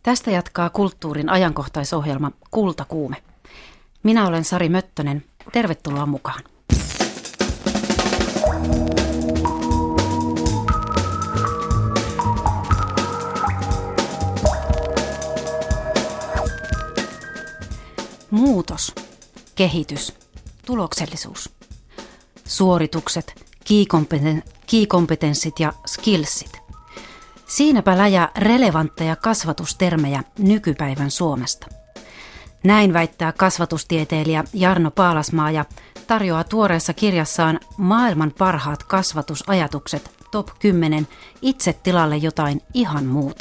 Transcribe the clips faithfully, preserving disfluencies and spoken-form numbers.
Tästä jatkaa kulttuurin ajankohtaisohjelma Kultakuume. Minä olen Sari Möttönen. Tervetuloa mukaan. Muutos, kehitys, tuloksellisuus, suoritukset, key-kompetenssit ja skillsit. Siinäpä läjä relevantteja kasvatustermejä nykypäivän Suomesta. Näin väittää kasvatustieteilijä Jarno Paalasmaa ja tarjoaa tuoreessa kirjassaan Maailman parhaat kasvatusajatukset top kymmenen itse tilalle jotain ihan muuta.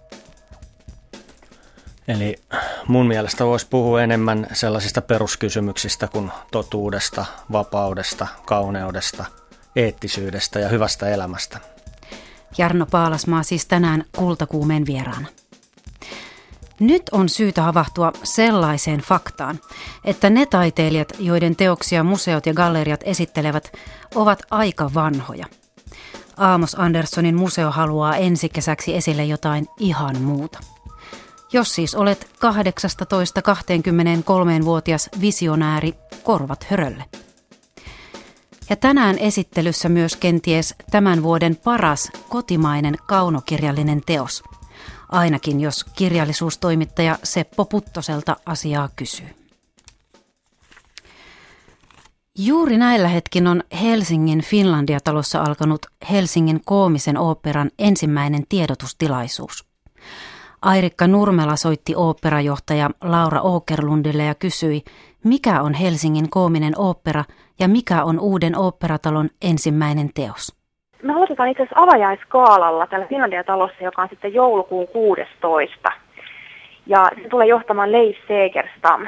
Eli mun mielestä voisi puhua enemmän sellaisista peruskysymyksistä kuin totuudesta, vapaudesta, kauneudesta, eettisyydestä ja hyvästä elämästä. Jarno Paalasmaa siis tänään Kultakuumeen vieraana. Nyt on syytä havahtua sellaiseen faktaan, että ne taiteilijat, joiden teoksia museot ja galleriat esittelevät, ovat aika vanhoja. Amos Anderssonin museo haluaa ensi kesäksi esille jotain ihan muuta. Jos siis olet kahdeksastatoista kaksikymmentäkolme-vuotias visionääri, korvat hörölle. Ja tänään esittelyssä myös kenties tämän vuoden paras kotimainen kaunokirjallinen teos. Ainakin jos kirjallisuustoimittaja Seppo Puttoselta asiaa kysyy. Juuri näillä hetkin on Helsingin Finlandia-talossa alkanut Helsingin koomisen oopperan ensimmäinen tiedotustilaisuus. Airikka Nurmela soitti oopperajohtaja Laura Åkerlundille ja kysyi, mikä on Helsingin koominen ooppera ja mikä on uuden oopperatalon ensimmäinen teos. Me aloitetaan itse asiassa avajaiskaalalla täällä Finlandia-talossa, joka on sitten joulukuun kuudestoista. Ja se tulee johtamaan Leif Segerstam.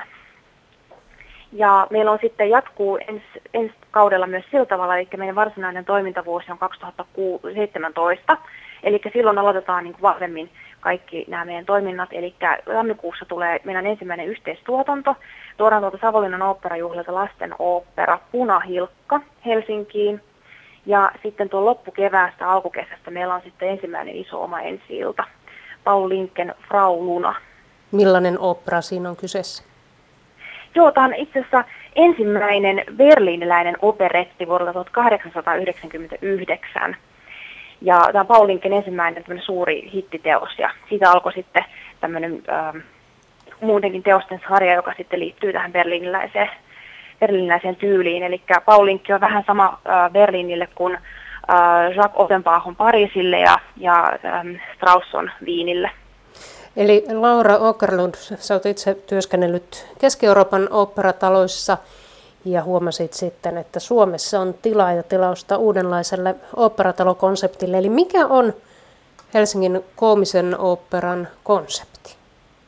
Ja meillä on sitten jatkuu ensi, ensi kaudella myös sillä tavalla, eli meidän varsinainen toimintavuosi on kaksituhattaseitsemäntoista. Eli silloin aloitetaan niin kuin vahvemmin kaikki nämä meidän toiminnat. Eli tammikuussa tulee meidän ensimmäinen yhteistuotanto. Tuodaan tuolta Savonlinnan oopperajuhlilta lasten ooppera Punahilkka Helsinkiin. Ja sitten tuon loppukeväästä, alkukesästä meillä on sitten ensimmäinen iso oma ensi-ilta. Paul Linken Frau Luna. Millainen ooppera siinä on kyseessä? Joo, tämä on itse asiassa ensimmäinen berliiniläinen operetti vuodelta tuhatkahdeksansataayhdeksänkymmentäyhdeksän. Ja tämä on Paul Linken ensimmäinen suuri hittiteos ja siitä alkoi sitten tämmöinen ähm, muutenkin teosten sarja, joka sitten liittyy tähän berliiniläiseen, berliiniläiseen tyyliin. Eli Paul Linke on vähän sama äh, Berliinille kuin äh, Jacques Offenbach on Pariisille ja, ja ähm, Strauss on Wienille. Eli Laura Åkerlund, sä oot itse työskennellyt Keski-Euroopan oopperataloissa ja huomasit sitten, että Suomessa on tilaa ja tilausta uudenlaiselle oopperatalo-konseptille. Eli mikä on Helsingin koomisen oopperan konsepti?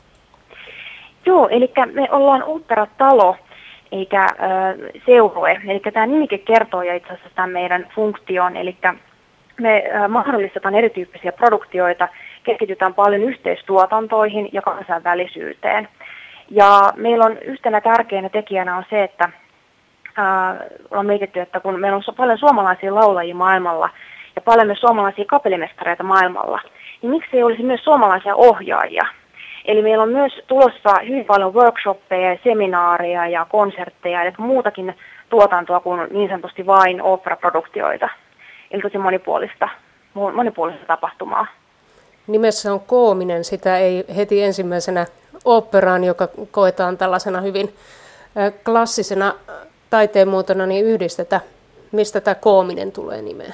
Joo, eli me ollaan oopperatalo eikä äh, seurue. Eli tämä nimike kertoo ja itse asiassa tämän meidän funktion. Eli me äh, mahdollistetaan erityyppisiä produktioita, keskitytään paljon yhteistuotantoihin ja kansainvälisyyteen. Ja meillä on yhtenä tärkeänä tekijänä on se, että ää, on mietitty, että kun meillä on paljon suomalaisia laulajia maailmalla ja paljon myös suomalaisia kapellimestareita maailmalla, niin miksi ei olisi myös suomalaisia ohjaajia? Eli meillä on myös tulossa hyvin paljon workshoppeja, seminaareja ja konsertteja ja muutakin tuotantoa kuin niin sanotusti vain oopperaproduktioita. Eli tosi monipuolista, monipuolista tapahtumaa. Nimessä on koominen, sitä ei heti ensimmäisenä oopperaan, joka koetaan tällaisena hyvin klassisena taiteenmuotona, niin yhdistetä. Mistä tämä koominen tulee nimeen?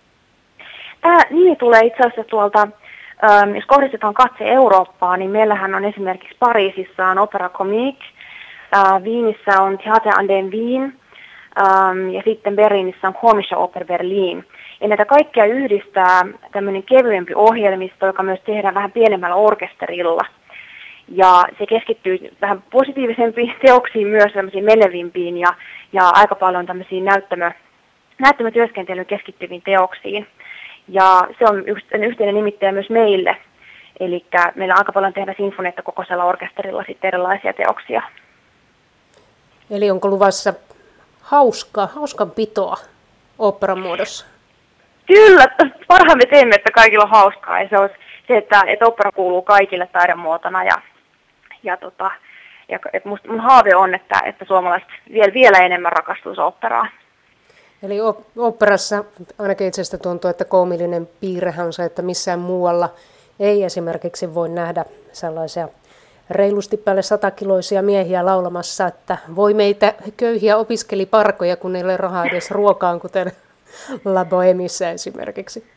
Tämä nimi tulee itse asiassa tuolta, jos kohdistetaan katse Eurooppaan, niin meillähän on esimerkiksi Pariisissa on Opera Comique, Wienissä on Theater an den Wien ja sitten Berliinissä on Komische Oper Berlin. Ja näitä kaikkia yhdistää tämmöinen kevyempi ohjelmisto, joka myös tehdään vähän pienemmällä orkesterilla. Ja se keskittyy vähän positiivisempiin teoksiin myös, tämmöisiin menevimpiin ja, ja aika paljon tämmöisiin näyttämö, näyttämötyöskentelyyn keskittyviin teoksiin. Ja se on yhteinen nimittäjä myös meille. Eli meillä aika paljon tehdään sinfonietta kokoisella orkesterilla sitten erilaisia teoksia. Eli onko luvassa hauska, hauskanpitoa oopperan muodossa? Kyllä, parhaamme teemme, että kaikilla on hauskaa ja se olisi, se, että, että opera kuuluu kaikille taidemuotona ja, ja, tota, ja että musta, mun haave on, että, että suomalaiset vielä, vielä enemmän rakastuisi operaan. Eli oopperassa ainakin itsestä tuntuu, että koomillinen piirrehän on se, että missään muualla ei esimerkiksi voi nähdä sellaisia reilusti päälle satakiloisia miehiä laulamassa, että voi meitä köyhiä opiskeliparkoja, kun ei ole rahaa edes ruokaan, kuten La Bohemissa esimerkiksi.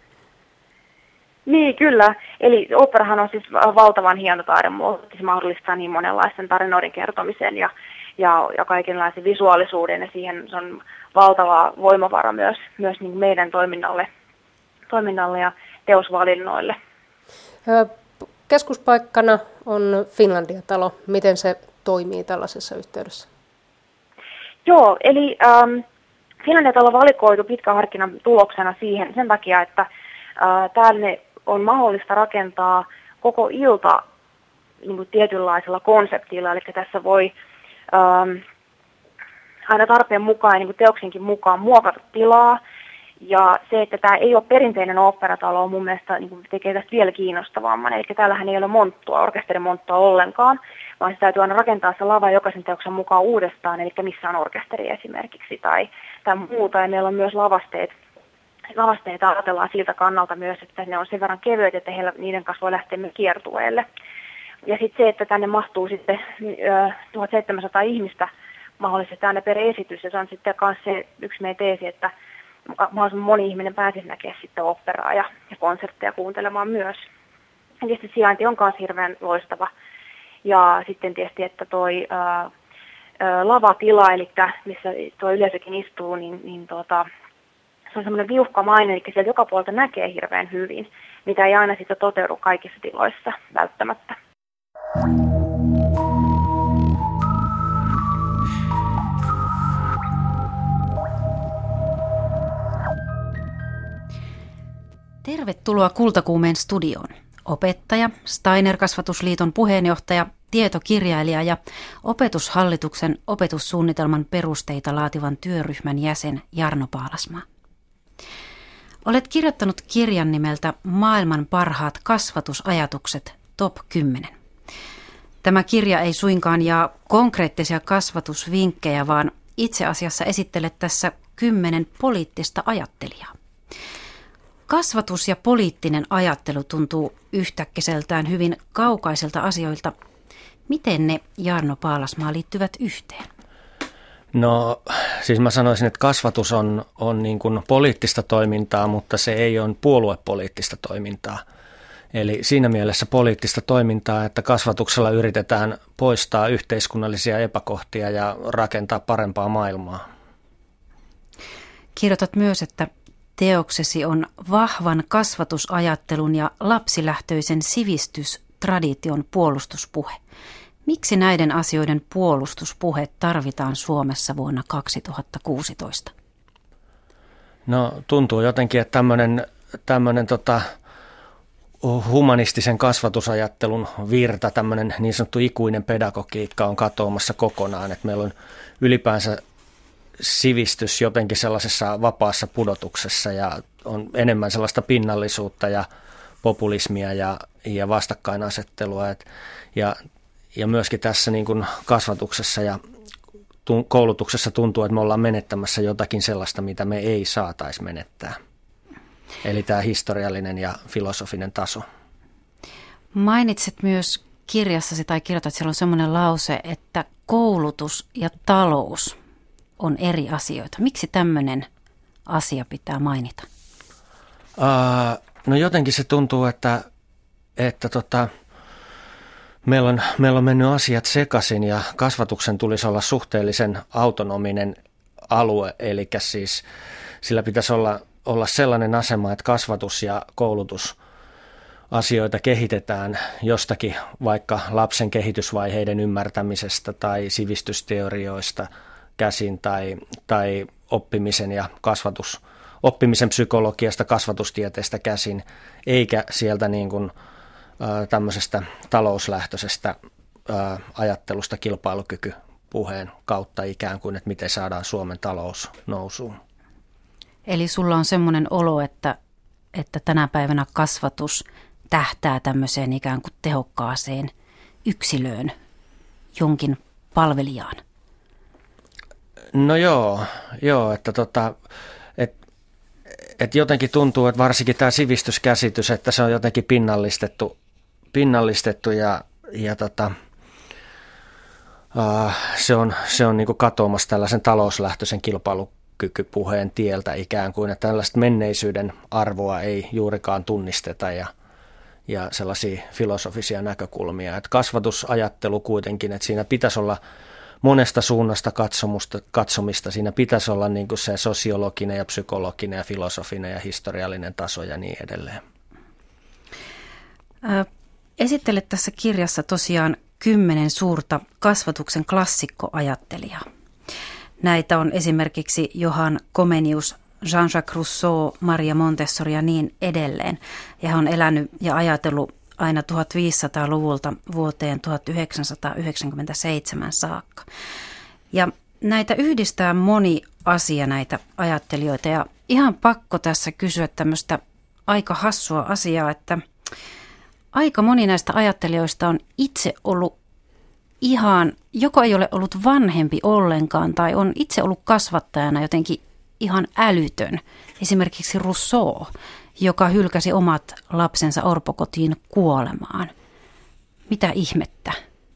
Niin, kyllä. Eli operahan on siis valtavan hieno taidemuoto. Se mahdollistaa niin monenlaisen tarinoiden kertomisen ja, ja, ja kaikenlaisen visuaalisuuden, ja siihen se on valtava voimavara myös, myös niin meidän toiminnalle, toiminnalle ja teosvalinnoille. Keskuspaikkana on Finlandia-talo. Miten se toimii tällaisessa yhteydessä? Joo, eli ähm, Finlandia-talo valikoitu pitkän harkinnan tuloksena siihen sen takia, että äh, täällä on mahdollista rakentaa koko ilta niin kuin tietynlaisella konseptilla, eli tässä voi ähm, aina tarpeen mukaan ja niin kuin teoksenkin mukaan muokata tilaa. Ja se, että tämä ei ole perinteinen oopperatalo, on mun mielestä niin kuin tekee tästä vielä kiinnostavamman. Eli täällähän ei ole monttua, orkesterimonttua ollenkaan, vaan se täytyy aina rakentaa se lava jokaisen teoksen mukaan uudestaan, eli missä on orkesteri esimerkiksi tai, tai muuta. Ja meillä on myös lavasteet. Lavasteita ajatellaan siltä kannalta myös, että ne on sen verran kevyet, että heillä, niiden kanssa voi lähteä myös kiertueelle. Ja sitten se, että tänne mahtuu sitten tuhatseitsemänsataa ihmistä mahdollisesti aina per esitys, ja se on sitten myös se yksi meidän teesi, että mahdollisimman moni ihminen pääsisi näkemään sitten operaa ja, ja konsertteja kuuntelemaan myös. Ja tietysti sijainti on myös hirveän loistava. Ja sitten tietysti, että toi ää, ää, lavatila, eli missä tuo yleisökin istuu, niin, niin tuota, se on semmoinen viuhkamainen, eli sieltä joka puolta näkee hirveän hyvin, mitä ei aina sitten toteudu kaikissa tiloissa välttämättä. Tervetuloa Kultakuumeen studioon. Opettaja, Steiner-kasvatusliiton puheenjohtaja, tietokirjailija ja opetushallituksen opetussuunnitelman perusteita laativan työryhmän jäsen Jarno Paalasmaa. Olet kirjoittanut kirjan nimeltä Maailman parhaat kasvatusajatukset top kymmenen. Tämä kirja ei suinkaan jaa konkreettisia kasvatusvinkkejä, vaan itse asiassa esittelet tässä kymmenen poliittista ajattelijaa. Kasvatus ja poliittinen ajattelu tuntuu yhtäkkiseltään hyvin kaukaiselta asioilta. Miten ne, Jarno Paalasmaa, liittyvät yhteen? No siis mä sanoisin, että kasvatus on, on niin kuin poliittista toimintaa, mutta se ei ole puoluepoliittista toimintaa. Eli siinä mielessä poliittista toimintaa, että kasvatuksella yritetään poistaa yhteiskunnallisia epäkohtia ja rakentaa parempaa maailmaa. Kirjoitat myös, että teoksesi on vahvan kasvatusajattelun ja lapsilähtöisen sivistystradition puolustuspuhe. Miksi näiden asioiden puolustuspuhe tarvitaan Suomessa vuonna kaksituhattakuusitoista? No tuntuu jotenkin, että tämmöinen, tämmöinen tota, humanistisen kasvatusajattelun virta, tämmöinen niin sanottu ikuinen pedagogiikka on katoamassa kokonaan. Että meillä on ylipäänsä sivistys jotenkin sellaisessa vapaassa pudotuksessa ja on enemmän sellaista pinnallisuutta ja populismia ja, ja vastakkainasettelua. Et, ja, ja myöskin tässä niin kuin kasvatuksessa ja tun, koulutuksessa tuntuu, että me ollaan menettämässä jotakin sellaista, mitä me ei saataisi menettää. Eli tämä historiallinen ja filosofinen taso. Mainitset myös kirjassasi tai kirjoitat, siellä on semmoinen lause, että koulutus ja talous on eri asioita. Miksi tämmöinen asia pitää mainita? Uh, no jotenkin se tuntuu, että, että tota, meillä, on, meillä on mennyt asiat sekaisin ja kasvatuksen tulisi olla suhteellisen autonominen alue. Eli siis sillä pitäisi olla, olla sellainen asema, että kasvatus ja koulutus asioita kehitetään jostakin vaikka lapsen kehitysvaiheiden ymmärtämisestä tai sivistysteorioista käsin tai, tai oppimisen ja kasvatus, oppimisen psykologiasta, kasvatustieteestä käsin, eikä sieltä niin kuin, ä, tämmöisestä talouslähtöisestä ä, ajattelusta kilpailukykypuheen kautta ikään kuin, että miten saadaan Suomen talous nousuun. Eli sulla on semmoinen olo, että, että tänä päivänä kasvatus tähtää tämmöiseen ikään kuin tehokkaaseen yksilöön, jonkin palvelijaan? No joo, joo että tota, et, et jotenkin tuntuu, että varsinkin tämä sivistyskäsitys, että se on jotenkin pinnallistettu, pinnallistettu ja, ja tota, uh, se on, se on niinku katoamassa tällaisen talouslähtöisen kilpailukykypuheen tieltä ikään kuin, että tällaista menneisyyden arvoa ei juurikaan tunnisteta ja ja sellaisia filosofisia näkökulmia. Että kasvatusajattelu kuitenkin, että siinä pitäisi olla monesta suunnasta katsomusta, katsomista. Siinä pitäisi olla niin kuin se sosiologinen ja psykologinen ja filosofinen ja historiallinen taso ja niin edelleen. Esittelet tässä kirjassa tosiaan kymmenen suurta kasvatuksen klassikkoajattelijaa. Näitä on esimerkiksi Johann Comenius, Jean-Jacques Rousseau, Maria Montessori ja niin edelleen. Ja hän on elänyt ja ajatellut aina viisitoistasataaluvulta vuoteen tuhatyhdeksänsataayhdeksänkymmentäseitsemän saakka. Ja näitä yhdistää moni asia näitä ajattelijoita. Ja ihan pakko tässä kysyä tämmöistä aika hassua asiaa, että aika moni näistä ajattelijoista on itse ollut ihan, joko ei ole ollut vanhempi ollenkaan tai on itse ollut kasvattajana jotenkin ihan älytön. Esimerkiksi Rousseau, joka hylkäsi omat lapsensa orpokotiin kuolemaan. Mitä ihmettä?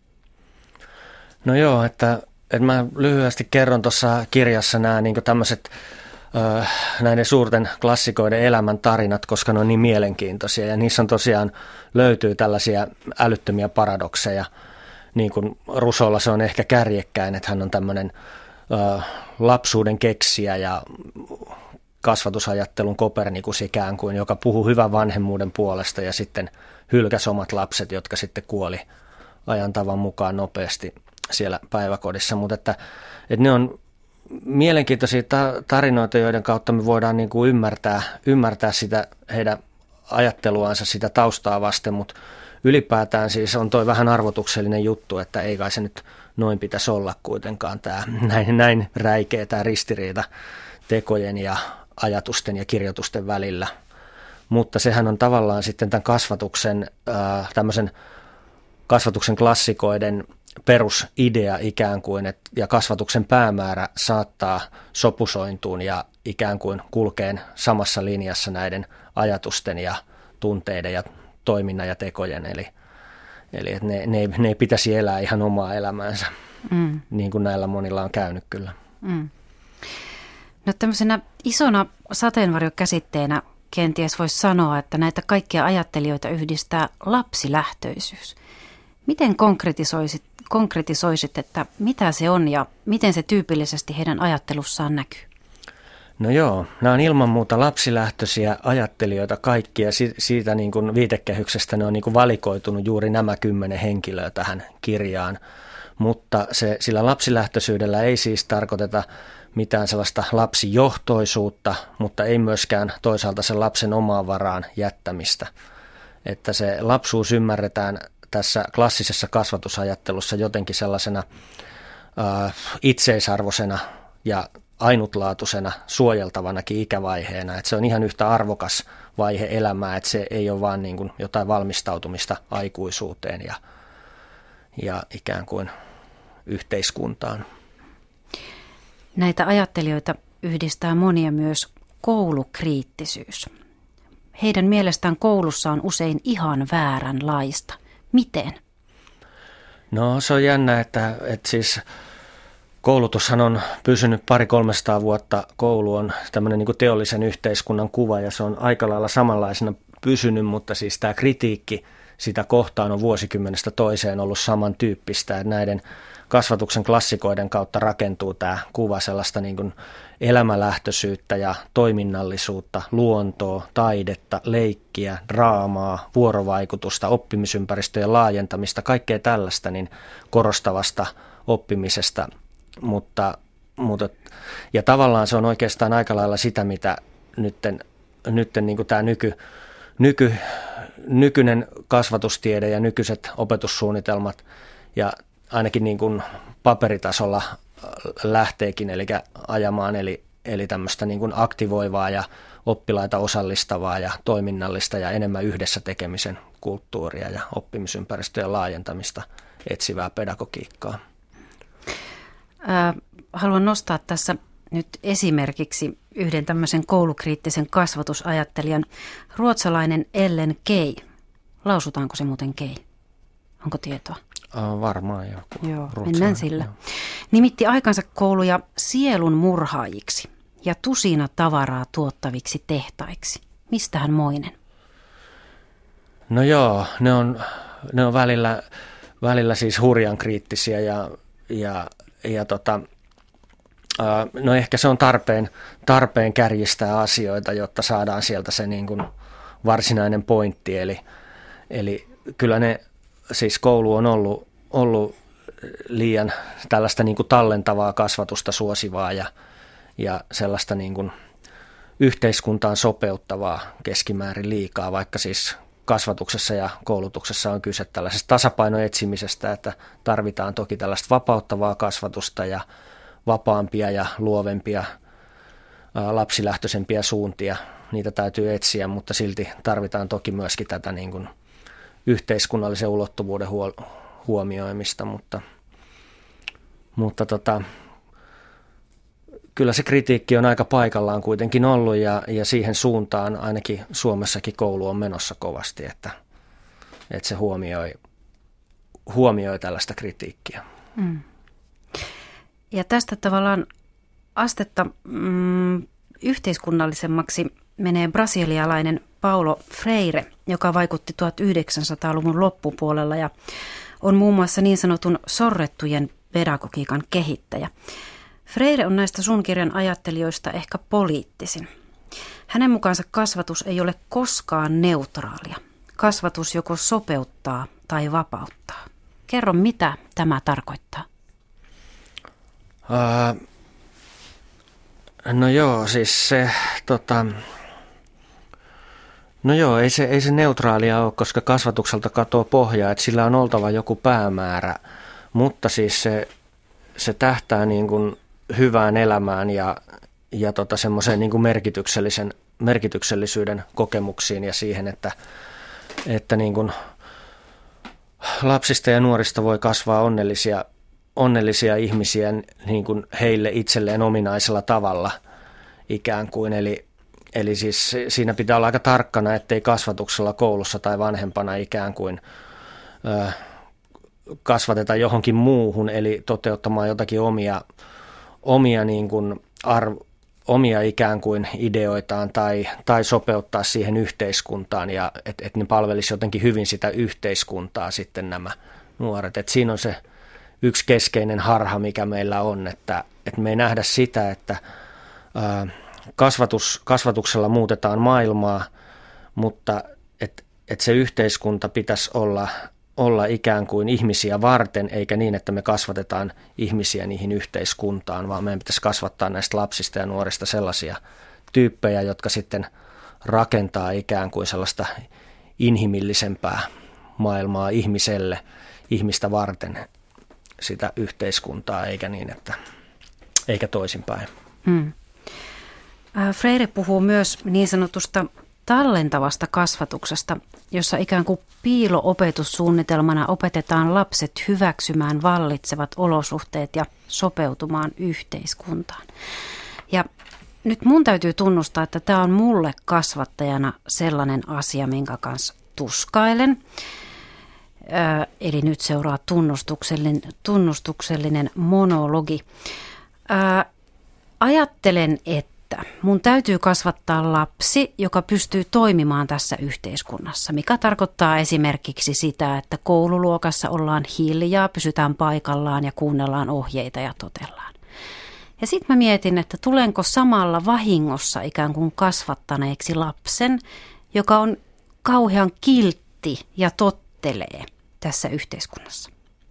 No joo, että, että mä lyhyesti kerron tuossa kirjassa nämä niin tämmöiset äh, näiden suurten klassikoiden elämän tarinat, koska ne on niin mielenkiintoisia ja niissä on tosiaan löytyy tällaisia älyttömiä paradokseja. Niin kuin Rousseaulla se on ehkä kärjekkäin, että hän on tämmöinen äh, lapsuuden keksijä ja kasvatusajattelun Kopernikus ikään kuin, joka puhuu hyvän vanhemmuuden puolesta ja sitten hylkäsi omat lapset, jotka sitten kuoli ajan tavan mukaan nopeasti siellä päiväkodissa. Mutta että, että ne on mielenkiintoisia tarinoita, joiden kautta me voidaan niin kuin ymmärtää, ymmärtää sitä heidän ajatteluansa, sitä taustaa vasten, mutta ylipäätään siis on toi vähän arvotuksellinen juttu, että ei kai se nyt noin pitäisi olla kuitenkaan tämä näin, näin räikeä tämä ristiriita tekojen ja ajatusten ja kirjoitusten välillä. Mutta sehän on tavallaan sitten tämän kasvatuksen, äh, tämmöisen kasvatuksen klassikoiden perusidea ikään kuin, et, ja kasvatuksen päämäärä saattaa sopusointuun ja ikään kuin kulkeen samassa linjassa näiden ajatusten ja tunteiden ja toiminnan ja tekojen. Eli, eli että ne, ne, ei, ne ei pitäisi elää ihan omaa elämäänsä, mm. niin kuin näillä monilla on käynyt kyllä. Mm. No tämmöisenä isona sateenvarjokäsitteenä kenties voisi sanoa, että näitä kaikkia ajattelijoita yhdistää lapsilähtöisyys. Miten konkretisoisit, konkretisoisit, että mitä se on ja miten se tyypillisesti heidän ajattelussaan näkyy? No joo, nämä on ilman muuta lapsilähtöisiä ajattelijoita kaikkia. Siitä niin kuin viitekehyksestä ne on niin kuin valikoitunut juuri nämä kymmenen henkilöä tähän kirjaan. Mutta se, sillä lapsilähtöisyydellä ei siis tarkoiteta mitään sellaista lapsijohtoisuutta, mutta ei myöskään toisaalta sen lapsen omaan varaan jättämistä. Että se lapsuus ymmärretään tässä klassisessa kasvatusajattelussa jotenkin sellaisena äh, itseisarvoisena ja ainutlaatuisena suojeltavanakin ikävaiheena. Että se on ihan yhtä arvokas vaihe elämää, että se ei ole vaan niin kuin jotain valmistautumista aikuisuuteen ja, ja ikään kuin yhteiskuntaan. Näitä ajattelijoita yhdistää monia myös koulukriittisyys. Heidän mielestään koulussa on usein ihan vääränlaista. Miten? No se on jännä, että, että siis koulutushan on pysynyt pari kolmesataa vuotta. Koulu on tämmöinen niin kuin teollisen yhteiskunnan kuva ja se on aika lailla samanlaisena pysynyt, mutta siis tämä kritiikki sitä kohtaan on vuosikymmenestä toiseen ollut samantyyppistä, että näiden kasvatuksen klassikoiden kautta rakentuu tämä kuva sellaista niin kuin elämälähtöisyyttä ja toiminnallisuutta, luontoa, taidetta, leikkiä, draamaa, vuorovaikutusta, oppimisympäristöjen laajentamista, kaikkea tällaista niin korostavasta oppimisesta, mutta, mutta ja tavallaan se on oikeastaan aika lailla sitä, mitä nytten, nytten niin kuin tämä nyky, nyky, nykyinen kasvatustiede ja nykyiset opetussuunnitelmat ja ainakin niin kuin paperitasolla lähteekin, eli ajamaan, eli, eli tämmöistä niin kuin aktivoivaa ja oppilaita osallistavaa ja toiminnallista ja enemmän yhdessä tekemisen kulttuuria ja oppimisympäristöjen laajentamista etsivää pedagogiikkaa. Ää, haluan nostaa tässä nyt esimerkiksi yhden tämmöisen koulukriittisen kasvatusajattelijan, ruotsalainen Ellen Key. Lausutaanko se muuten Key? Onko tietoa? Uh, varmaan joku. Joo, mennään sillä. Joo. Nimitti aikansa kouluja sielun murhaajiksi ja tusina tavaraa tuottaviksi tehtaiksi. Mistähän moinen? No joo, ne on, ne on välillä, välillä siis hurjan kriittisiä ja, ja, ja tota, uh, no ehkä se on tarpeen, tarpeen kärjistää asioita, jotta saadaan sieltä se niin kuin varsinainen pointti. Eli, eli kyllä ne, siis koulu on ollut, ollut liian tällaista niin kuin tallentavaa kasvatusta suosivaa ja, ja sellaista niin kuin yhteiskuntaan sopeuttavaa keskimäärin liikaa, vaikka siis kasvatuksessa ja koulutuksessa on kyse tällaisesta tasapainon etsimisestä, että tarvitaan toki tällaista vapauttavaa kasvatusta ja vapaampia ja luovempia lapsilähtöisempiä suuntia. Niitä täytyy etsiä, mutta silti tarvitaan toki myöskin tätä niin kuin yhteiskunnallisen ulottuvuuden huomioimista, mutta, mutta tota, kyllä se kritiikki on aika paikallaan kuitenkin ollut ja, ja siihen suuntaan ainakin Suomessakin koulu on menossa kovasti, että, että se huomioi, huomioi tällaista kritiikkiä. Mm. Ja tästä tavallaan astetta mm, yhteiskunnallisemmaksi menee brasilialainen Paulo Freire, joka vaikutti tuhatyhdeksänsataaluvun loppupuolella ja on muun muassa niin sanotun sorrettujen pedagogiikan kehittäjä. Freire on näistä sun kirjan ajattelijoista ehkä poliittisin. Hänen mukaansa kasvatus ei ole koskaan neutraalia. Kasvatus joko sopeuttaa tai vapauttaa. Kerro, mitä tämä tarkoittaa? Uh, no joo, siis se, tota, no joo, ei se, ei se neutraalia ole, koska kasvatukselta katoaa pohjaa, että sillä on oltava joku päämäärä, mutta siis se, se tähtää niin kuin hyvään elämään ja, ja tota semmoiseen niin kuin merkityksellisen, merkityksellisyyden kokemuksiin ja siihen, että, että niin kuin lapsista ja nuorista voi kasvaa onnellisia, onnellisia ihmisiä niin kuin heille itselleen ominaisella tavalla ikään kuin. Eli, eli siis siinä pitää olla aika tarkkana, ettei kasvatuksella koulussa tai vanhempana ikään kuin ö, kasvateta johonkin muuhun, eli toteuttamaan jotakin omia omia, niin kuin arv, omia ikään kuin ideoitaan tai, tai sopeuttaa siihen yhteiskuntaan ja että et ne palvelisi jotenkin hyvin sitä yhteiskuntaa sitten nämä nuoret. Et siinä on se yksi keskeinen harha, mikä meillä on, että et me ei nähdä sitä, että ää, kasvatus, kasvatuksella muutetaan maailmaa, mutta että et se yhteiskunta pitäisi olla olla ikään kuin ihmisiä varten, eikä niin, että me kasvatetaan ihmisiä niihin yhteiskuntaan, vaan meidän pitäisi kasvattaa näistä lapsista ja nuorista sellaisia tyyppejä, jotka sitten rakentaa ikään kuin sellaista inhimillisempää maailmaa ihmiselle, ihmistä varten sitä yhteiskuntaa, eikä niin, että eikä toisinpäin. Hmm. Freire puhuu myös niin sanotusta tallentavasta kasvatuksesta, jossa ikään kuin piilo-opetussuunnitelmana opetetaan lapset hyväksymään vallitsevat olosuhteet ja sopeutumaan yhteiskuntaan. Ja nyt mun täytyy tunnustaa, että tämä on mulle kasvattajana sellainen asia, minkä kanssa tuskailen. Ää, eli nyt seuraa tunnustuksellinen, tunnustuksellinen monologi. Ää, ajattelen, että mun täytyy kasvattaa lapsi, joka pystyy toimimaan tässä yhteiskunnassa, mikä tarkoittaa esimerkiksi sitä, että koululuokassa ollaan hiljaa, pysytään paikallaan ja kuunnellaan ohjeita ja totellaan. Ja sitten mä mietin, että tulenko samalla vahingossa ikään kuin kasvattaneeksi lapsen, joka on kauhean kiltti ja tottelee tässä yhteiskunnassa.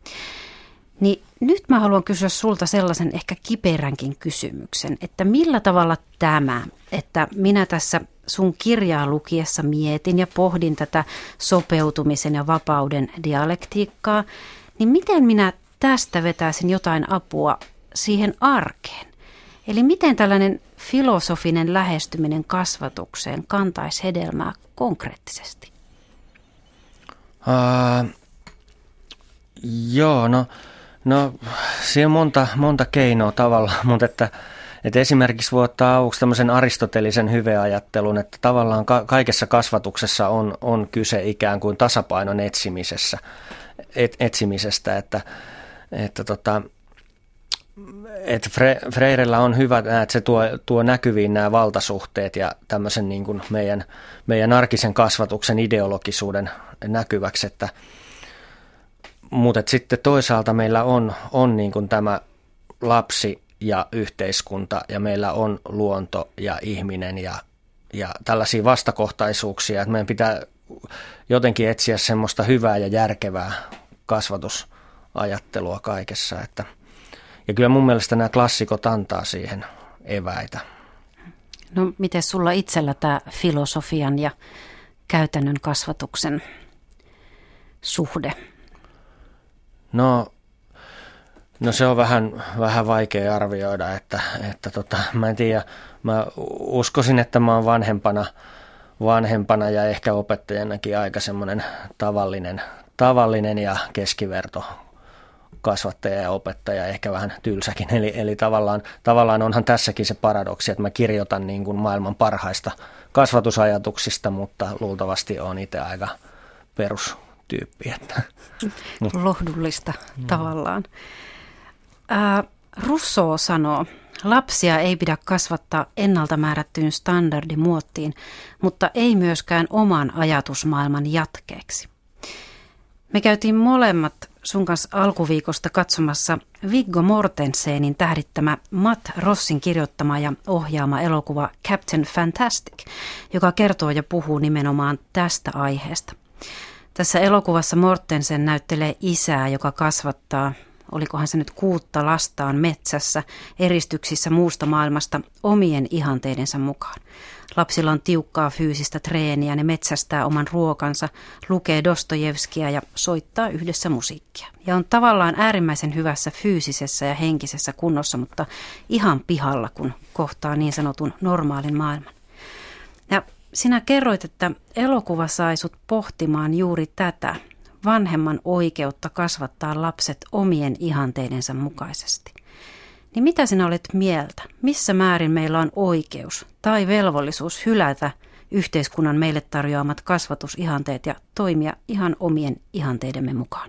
Niin nyt mä haluan kysyä sulta sellaisen ehkä kiperänkin kysymyksen, että millä tavalla tämä, että minä tässä sun kirjaa lukiessa mietin ja pohdin tätä sopeutumisen ja vapauden dialektiikkaa, niin miten minä tästä vetäisin jotain apua siihen arkeen? Eli miten tällainen filosofinen lähestyminen kasvatukseen kantaisi hedelmää konkreettisesti? Uh, joo, no, no siinä on monta, monta keinoa tavallaan, mutta että, että esimerkiksi voi ottaa avuksi tämmöisen aristotelisen hyveajattelun, että tavallaan ka- kaikessa kasvatuksessa on, on kyse ikään kuin tasapainon etsimisessä, et, etsimisestä, että, että tota, että Fre- Freirellä on hyvä, että se tuo, tuo näkyviin nämä valtasuhteet ja tämmöisen niin kuin meidän, meidän arkisen kasvatuksen ideologisuuden näkyväksi, että, mutta että sitten toisaalta meillä on, on niin kuin tämä lapsi ja yhteiskunta ja meillä on luonto ja ihminen ja, ja tällaisia vastakohtaisuuksia, että meidän pitää jotenkin etsiä semmoista hyvää ja järkevää kasvatusajattelua kaikessa, että ja kyllä mun mielestä nämä klassikot antaa siihen eväitä. No miten sulla itsellä tämä filosofian ja käytännön kasvatuksen suhde? No, no se on vähän, vähän vaikea arvioida, että, että tota, mä en tiedä, mä uskoisin, että mä oon vanhempana, vanhempana ja ehkä opettajanakin aika semmoinen tavallinen, tavallinen ja keskiverto kasvattaja ja opettaja, ehkä vähän tylsäkin. Eli, eli tavallaan, tavallaan onhan tässäkin se paradoksi, että mä kirjoitan niin kuin maailman parhaista kasvatusajatuksista, mutta luultavasti on itse aika perustyyppi. Että. Lohdullista mm. tavallaan. Ää, Rousseau sanoo, lapsia ei pidä kasvattaa ennalta määrättyyn standardimuottiin, mutta ei myöskään oman ajatusmaailman jatkeeksi. Me käytiin molemmat sun kanssa alkuviikosta katsomassa Viggo Mortensenin tähdittämä Matt Rossin kirjoittama ja ohjaama elokuva Captain Fantastic, joka kertoo ja puhuu nimenomaan tästä aiheesta. Tässä elokuvassa Mortensen näyttelee isää, joka kasvattaa, olikohan se nyt kuutta lastaan metsässä, eristyksissä muusta maailmasta omien ihanteidensa mukaan. Lapsilla on tiukkaa fyysistä treeniä, ne metsästää oman ruokansa, lukee Dostojevskia ja soittaa yhdessä musiikkia. Ja on tavallaan äärimmäisen hyvässä fyysisessä ja henkisessä kunnossa, mutta ihan pihalla, kun kohtaa niin sanotun normaalin maailman. Ja sinä kerroit, että elokuva sai sut pohtimaan juuri tätä, vanhemman oikeutta kasvattaa lapset omien ihanteidensa mukaisesti. Niin mitä sinä olet mieltä? Missä määrin meillä on oikeus tai velvollisuus hylätä yhteiskunnan meille tarjoamat kasvatusihanteet ja toimia ihan omien ihanteidemme mukaan?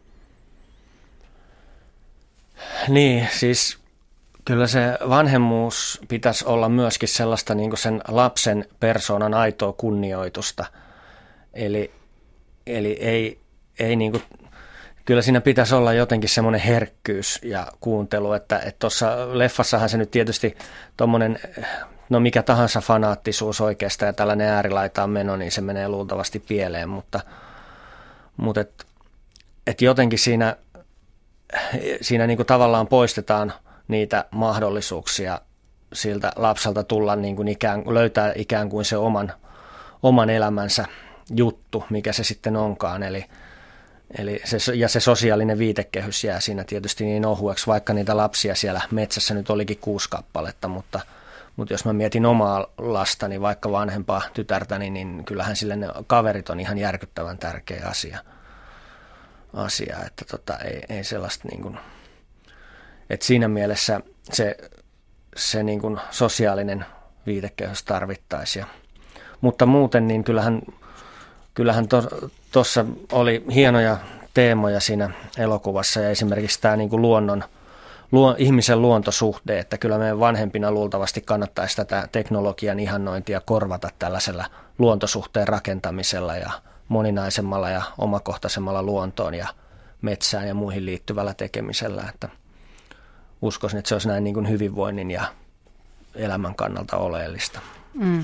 Niin, siis kyllä se vanhemmuus pitäisi olla myöskin sellaista niin kuin sen lapsen persoonan aitoa kunnioitusta. Eli, eli ei, ei niin kuin, kyllä siinä pitäisi olla jotenkin semmoinen herkkyys ja kuuntelu, että tuossa leffassahan se nyt tietysti tuommoinen, no mikä tahansa fanaattisuus oikeastaan ja tällainen äärilaitaan meno, niin se menee luultavasti pieleen, mutta, mutta et, et jotenkin siinä, siinä niin kuin tavallaan poistetaan niitä mahdollisuuksia siltä lapselta tulla niin kuin ikään, löytää ikään kuin se oman, oman elämänsä juttu, mikä se sitten onkaan, eli Eli se, ja se sosiaalinen viitekehys jää siinä tietysti niin ohueksi, vaikka niitä lapsia siellä metsässä nyt olikin kuusi kappaletta, mutta, mutta jos mä mietin omaa lastani, vaikka vanhempaa tytärtäni, niin kyllähän sille ne kaverit on ihan järkyttävän tärkeä asia. asia että tota, ei, ei sellaista niin kuin, että siinä mielessä se, se niin kuin sosiaalinen viitekehys tarvittaisiin. Mutta muuten niin kyllähän, kyllähän to, Tuossa oli hienoja teemoja siinä elokuvassa ja esimerkiksi tämä niin kuin luonnon, luo, ihmisen luontosuhde, että kyllä meidän vanhempina luultavasti kannattaisi tätä teknologian ihannointia korvata tällaisella luontosuhteen rakentamisella ja moninaisemmalla ja omakohtaisemmalla luontoon ja metsään ja muihin liittyvällä tekemisellä. Että uskoisin, että se olisi näin niin kuin hyvinvoinnin ja elämän kannalta oleellista. Mm.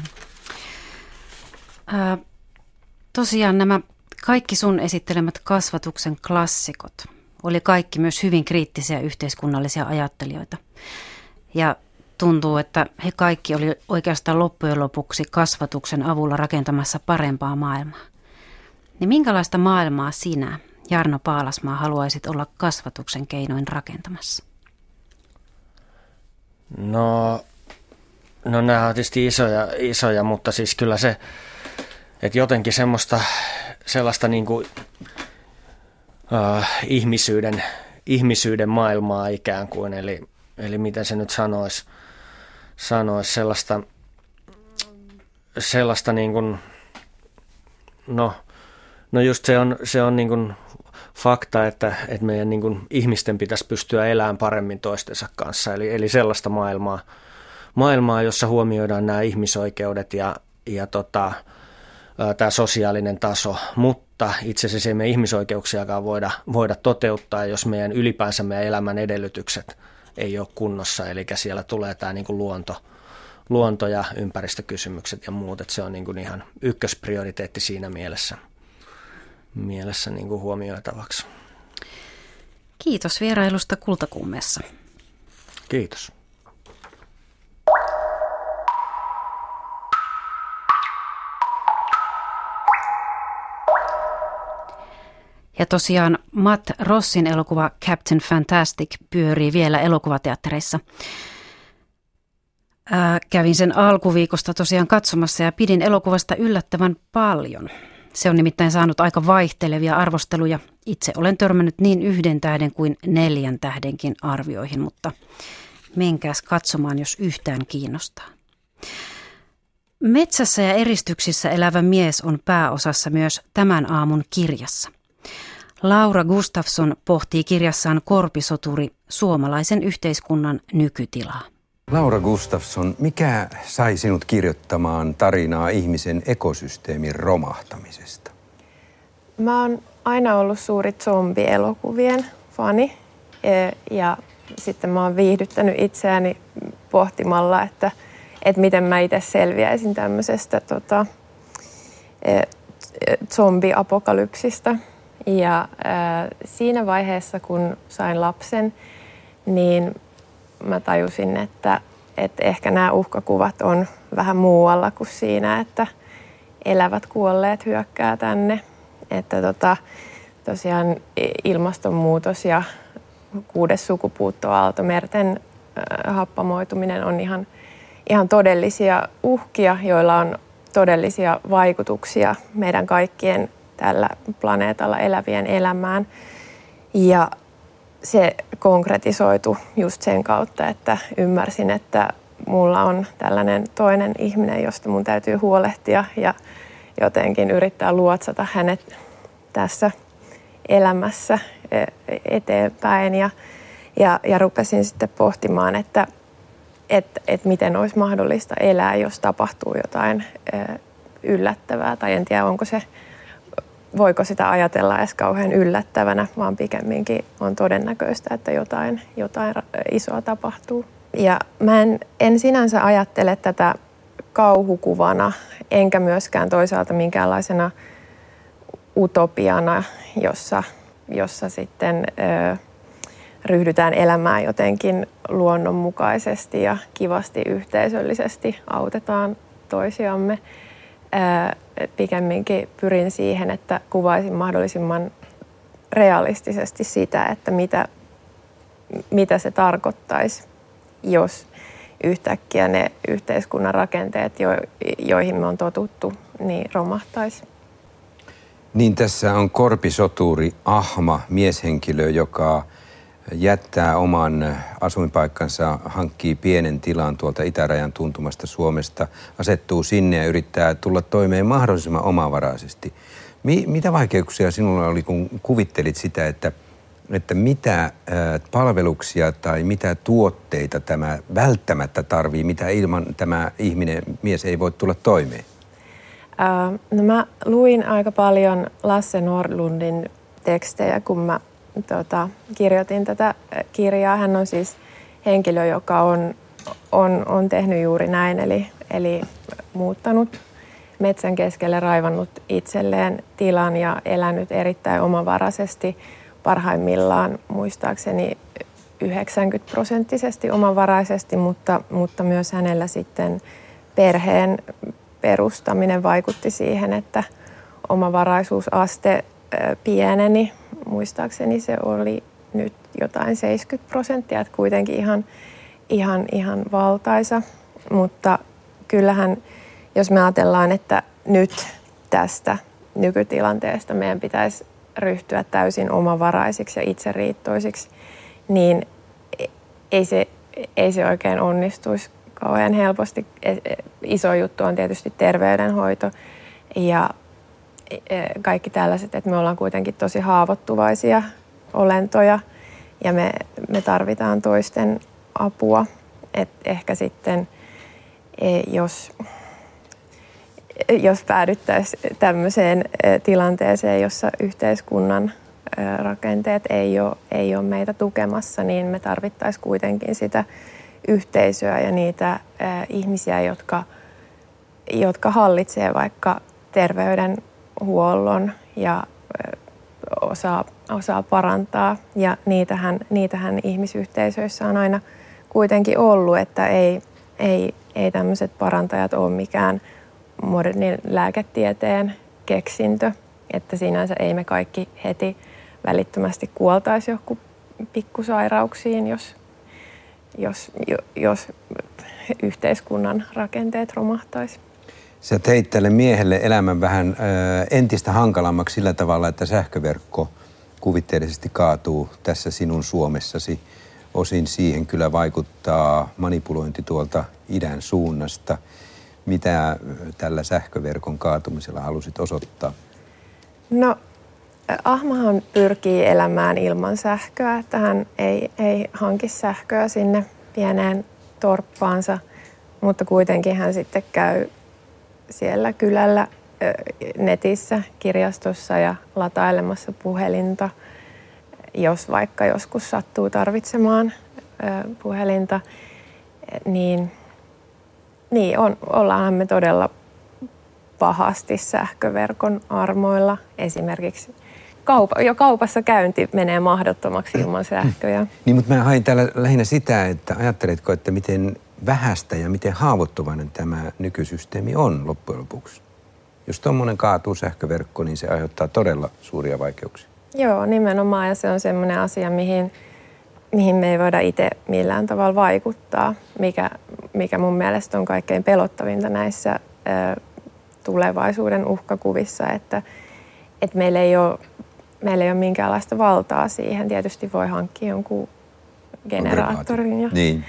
Äh, tosiaan nämä kaikki sun esittelemät kasvatuksen klassikot oli kaikki myös hyvin kriittisiä yhteiskunnallisia ajattelijoita. Ja tuntuu, että he kaikki oli oikeastaan loppujen lopuksi kasvatuksen avulla rakentamassa parempaa maailmaa. Niin minkälaista maailmaa sinä, Jarno Paalasmaa, haluaisit olla kasvatuksen keinoin rakentamassa? No, no nämä on tietysti isoja, isoja, mutta siis kyllä se, että jotenkin semmoista, sellaista niin kuin, uh, ihmisyyden, ihmisyyden maailmaa ikään kuin, eli, eli miten se nyt sanoisi, sanoisi sellaista, sellaista niin kuin, no, no just se on, se on niin kuin fakta, että, että meidän niin kuin ihmisten pitäisi pystyä elämään paremmin toistensa kanssa, eli, eli sellaista maailmaa, maailmaa, jossa huomioidaan nämä ihmisoikeudet ja, ja tota, tämä sosiaalinen taso, mutta itse asiassa ei me ihmisoikeuksiakaan voida, voida toteuttaa, jos meidän ylipäänsä meidän elämän edellytykset ei ole kunnossa, eli siellä tulee tämä niin kuin luonto, luonto- ja ympäristökysymykset ja muut, että se on niin kuin ihan ykkösprioriteetti siinä mielessä, mielessä niin kuin huomioitavaksi. Kiitos vierailusta Kultakuumessa. Kiitos. Ja tosiaan Matt Rossin elokuva Captain Fantastic pyörii vielä elokuvateattereissa. Ää, kävin sen alkuviikosta tosiaan katsomassa ja pidin elokuvasta yllättävän paljon. Se on nimittäin saanut aika vaihtelevia arvosteluja. Itse olen törmännyt niin yhden tähden kuin neljän tähdenkin arvioihin, mutta menkääs katsomaan, jos yhtään kiinnostaa. Metsässä ja eristyksissä elävä mies on pääosassa myös tämän aamun kirjassa. Laura Gustafsson pohtii kirjassaan Korpisoturi suomalaisen yhteiskunnan nykytilaa. Laura Gustafsson, mikä sai sinut kirjoittamaan tarinaa ihmisen ekosysteemin romahtamisesta? Mä oon aina ollut suuri zombielokuvien fani ja sitten mä oon viihdyttänyt itseäni pohtimalla, että, että miten mä itse selviäisin tämmöisestä tota, zombiapokalypsista. Ja ää, siinä vaiheessa, kun sain lapsen, niin mä tajusin, että, että ehkä nämä uhkakuvat on vähän muualla kuin siinä, että elävät kuolleet hyökkää tänne. Että tota, tosiaan ilmastonmuutos ja kuudes sukupuuttoaalto, merten ää, happamoituminen on ihan, ihan todellisia uhkia, joilla on todellisia vaikutuksia meidän kaikkien tällä planeetalla elävien elämään. Ja se konkretisoitu just sen kautta, että ymmärsin, että mulla on tällainen toinen ihminen, josta mun täytyy huolehtia ja jotenkin yrittää luotsata hänet tässä elämässä eteenpäin. Ja, ja, ja rupesin sitten pohtimaan, että et, et miten olisi mahdollista elää, jos tapahtuu jotain yllättävää. Tai en tiedä, onko se voiko sitä ajatella edes kauhean yllättävänä, vaan pikemminkin on todennäköistä, että jotain, jotain isoa tapahtuu. Ja mä en, en sinänsä ajattele tätä kauhukuvana, enkä myöskään toisaalta minkäänlaisena utopiana, jossa, jossa sitten ö, ryhdytään elämään jotenkin luonnonmukaisesti ja kivasti yhteisöllisesti, autetaan toisiamme. Pikemminkin pyrin siihen, että kuvaisin mahdollisimman realistisesti sitä, että mitä, mitä se tarkoittaisi, jos yhtäkkiä ne yhteiskunnan rakenteet, jo, joihin me on totuttu, niin romahtaisi. Niin tässä on korpisoturi Ahma, mieshenkilö, joka jättää oman asuinpaikkansa, hankkii pienen tilan tuolta itärajan tuntumasta Suomesta, asettuu sinne ja yrittää tulla toimeen mahdollisimman omavaraisesti. Mi- mitä vaikeuksia sinulla oli, kun kuvittelit sitä, että, että mitä äh, palveluksia tai mitä tuotteita tämä välttämättä tarvii, mitä ilman tämä ihminen, mies ei voi tulla toimeen? Äh, no mä luin aika paljon Lasse Nordlundin tekstejä, kun mä Tota, kirjoitin tätä kirjaa. Hän on siis henkilö, joka on, on, on tehnyt juuri näin, eli, eli muuttanut metsän keskelle, raivannut itselleen tilan ja elänyt erittäin omavaraisesti, parhaimmillaan muistaakseni yhdeksänkymmentä prosenttisesti omavaraisesti, mutta, mutta myös hänellä sitten perheen perustaminen vaikutti siihen, että omavaraisuusaste pieneni. Muistaakseni se oli nyt jotain seitsemänkymmentä prosenttia, että kuitenkin ihan, ihan, ihan valtaisa, mutta kyllähän jos me ajatellaan, että nyt tästä nykytilanteesta meidän pitäisi ryhtyä täysin omavaraisiksi ja itseriittoisiksi, niin ei se, ei se oikein onnistuisi kauhean helposti. Iso juttu on tietysti terveydenhoito ja kaikki tällaiset, että me ollaan kuitenkin tosi haavoittuvaisia olentoja ja me, me tarvitaan toisten apua. Et ehkä sitten, jos, jos päädyttäisiin tämmöiseen tilanteeseen, jossa yhteiskunnan rakenteet ei ole, ei ole meitä tukemassa, niin me tarvittaisiin kuitenkin sitä yhteisöä ja niitä ihmisiä, jotka, jotka hallitsee vaikka terveydenhuollon ja osaa, osaa parantaa. Ja niitähän, niitähän ihmisyhteisöissä on aina kuitenkin ollut, että ei, ei, ei tämmöiset parantajat ole mikään modernin lääketieteen keksintö, että sinänsä ei me kaikki heti välittömästi kuoltaisi johonkin pikkusairauksiin, jos, jos, jos yhteiskunnan rakenteet romahtaisi. Sä teit tälle miehelle elämän vähän ö, entistä hankalammaksi sillä tavalla, että sähköverkko kuvitteellisesti kaatuu tässä sinun Suomessasi. Osin siihen kyllä vaikuttaa manipulointi tuolta idän suunnasta. Mitä tällä sähköverkon kaatumisella halusit osoittaa? No, Ahmahan pyrkii elämään ilman sähköä, että hän ei, ei hanki sähköä sinne pieneen torppaansa, mutta kuitenkin hän sitten käy siellä kylällä netissä, kirjastossa ja latailemassa puhelinta, jos vaikka joskus sattuu tarvitsemaan puhelinta, niin, niin on, ollaanhan me todella pahasti sähköverkon armoilla. Esimerkiksi kaupa, jo kaupassa käynti menee mahdottomaksi ilman sähköä. Niin, mutta mä hain täällä lähinnä sitä, että ajatteletko, että miten vähäistä ja miten haavoittuvainen tämä nykysysteemi on loppujen lopuksi? Jos tuommoinen kaatuu sähköverkko, niin se aiheuttaa todella suuria vaikeuksia. Joo, nimenomaan, ja se on semmoinen asia, mihin, mihin me ei voida itse millään tavalla vaikuttaa, mikä, mikä mun mielestä on kaikkein pelottavinta näissä ö, tulevaisuuden uhkakuvissa, että, että meillä, ei ole, meillä ei ole minkäänlaista valtaa siihen. Tietysti voi hankkia jonkun generaattorin ja niin.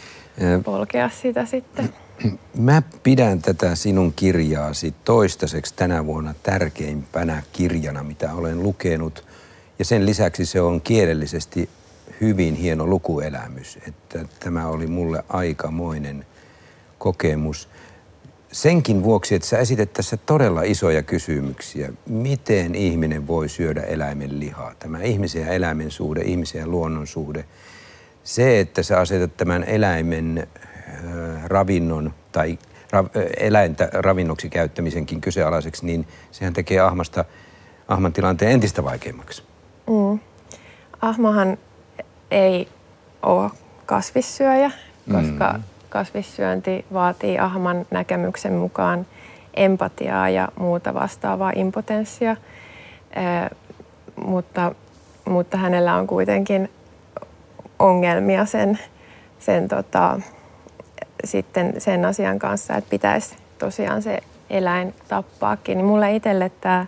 polkea sitä sitten. Mä pidän tätä sinun kirjaasi toistaiseksi tänä vuonna tärkeimpänä kirjana, mitä olen lukenut. Ja sen lisäksi se on kielellisesti hyvin hieno lukuelämys. Että tämä oli mulle aikamoinen kokemus. Senkin vuoksi, että sä esität tässä todella isoja kysymyksiä. Miten ihminen voi syödä eläimen lihaa? Tämä ihmisen ja eläimen suhde, ihmisen ja luonnon suhde. Se, että sä asetat tämän eläimen äh, ravinnon tai ra, äh, eläintä ravinnoksi käyttämisenkin kyseenalaiseksi, niin sehän tekee ahmasta, ahman tilanteen entistä vaikeammaksi. Mm. Ahmahan ei ole kasvissyöjä, koska mm. kasvissyönti vaatii ahman näkemyksen mukaan empatiaa ja muuta vastaavaa impotenssia, äh, mutta, mutta hänellä on kuitenkin ongelmia sen, sen, tota, sitten sen asian kanssa, että pitäisi tosiaan se eläin tappaakin. Niin mulle itselle tämä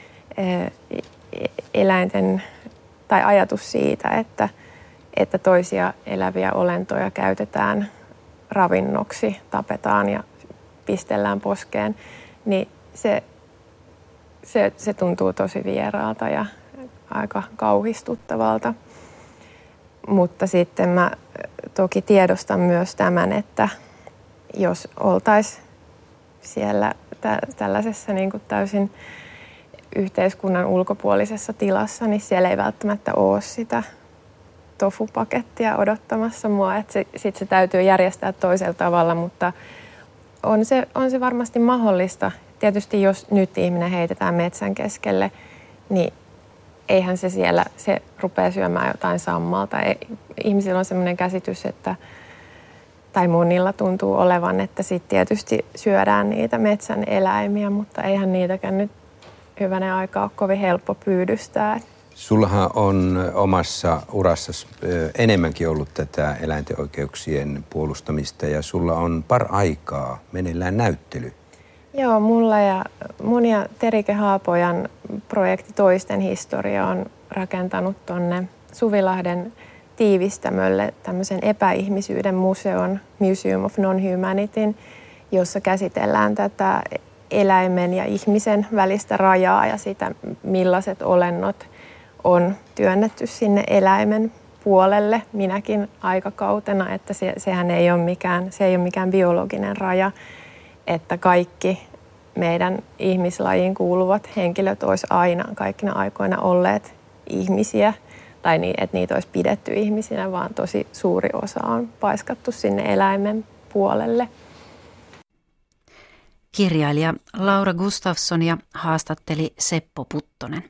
eläinten tai ajatus siitä, että, että toisia eläviä olentoja käytetään ravinnoksi, tapetaan ja pistellään poskeen, niin se, se, se tuntuu tosi vieraalta ja aika kauhistuttavalta. Mutta sitten mä toki tiedostan myös tämän, että jos oltaisiin siellä tä- tällaisessa niin kuin täysin yhteiskunnan ulkopuolisessa tilassa, niin siellä ei välttämättä ole sitä tofupakettia odottamassa mua. Että se, sit se täytyy järjestää toisella tavalla, mutta on se, on se varmasti mahdollista. Tietysti jos nyt ihminen heitetään metsän keskelle, niin eihän se siellä, se rupeaa syömään jotain sammalta. Ei, ihmisillä on sellainen käsitys, että, tai monilla tuntuu olevan, että sitten tietysti syödään niitä metsän eläimiä, mutta eihän niitäkään nyt hyvänen aika ole kovin helppo pyydystää. Sullahan on omassa urassasi enemmänkin ollut tätä eläinten oikeuksien puolustamista ja sulla on par aikaa meneillään näyttely. Joo, mulla ja mun ja Terike Haapojan projekti Toisten historia on rakentanut tonne Suvilahden tiivistämölle tämmöisen epäihmisyyden museon, Museum of Non-Humanityn, jossa käsitellään tätä eläimen ja ihmisen välistä rajaa ja sitä, millaiset olennot on työnnetty sinne eläimen puolelle minäkin aikakautena, että se, sehän ei ole mikään, se ei ole mikään biologinen raja, että kaikki meidän ihmislajiin kuuluvat henkilöt olisi aina kaikkina aikoina olleet ihmisiä, tai niin, että niitä olisi pidetty ihmisinä, vaan tosi suuri osa on paiskattu sinne eläimen puolelle. Kirjailija Laura Gustafssonia haastatteli Seppo Puttonen.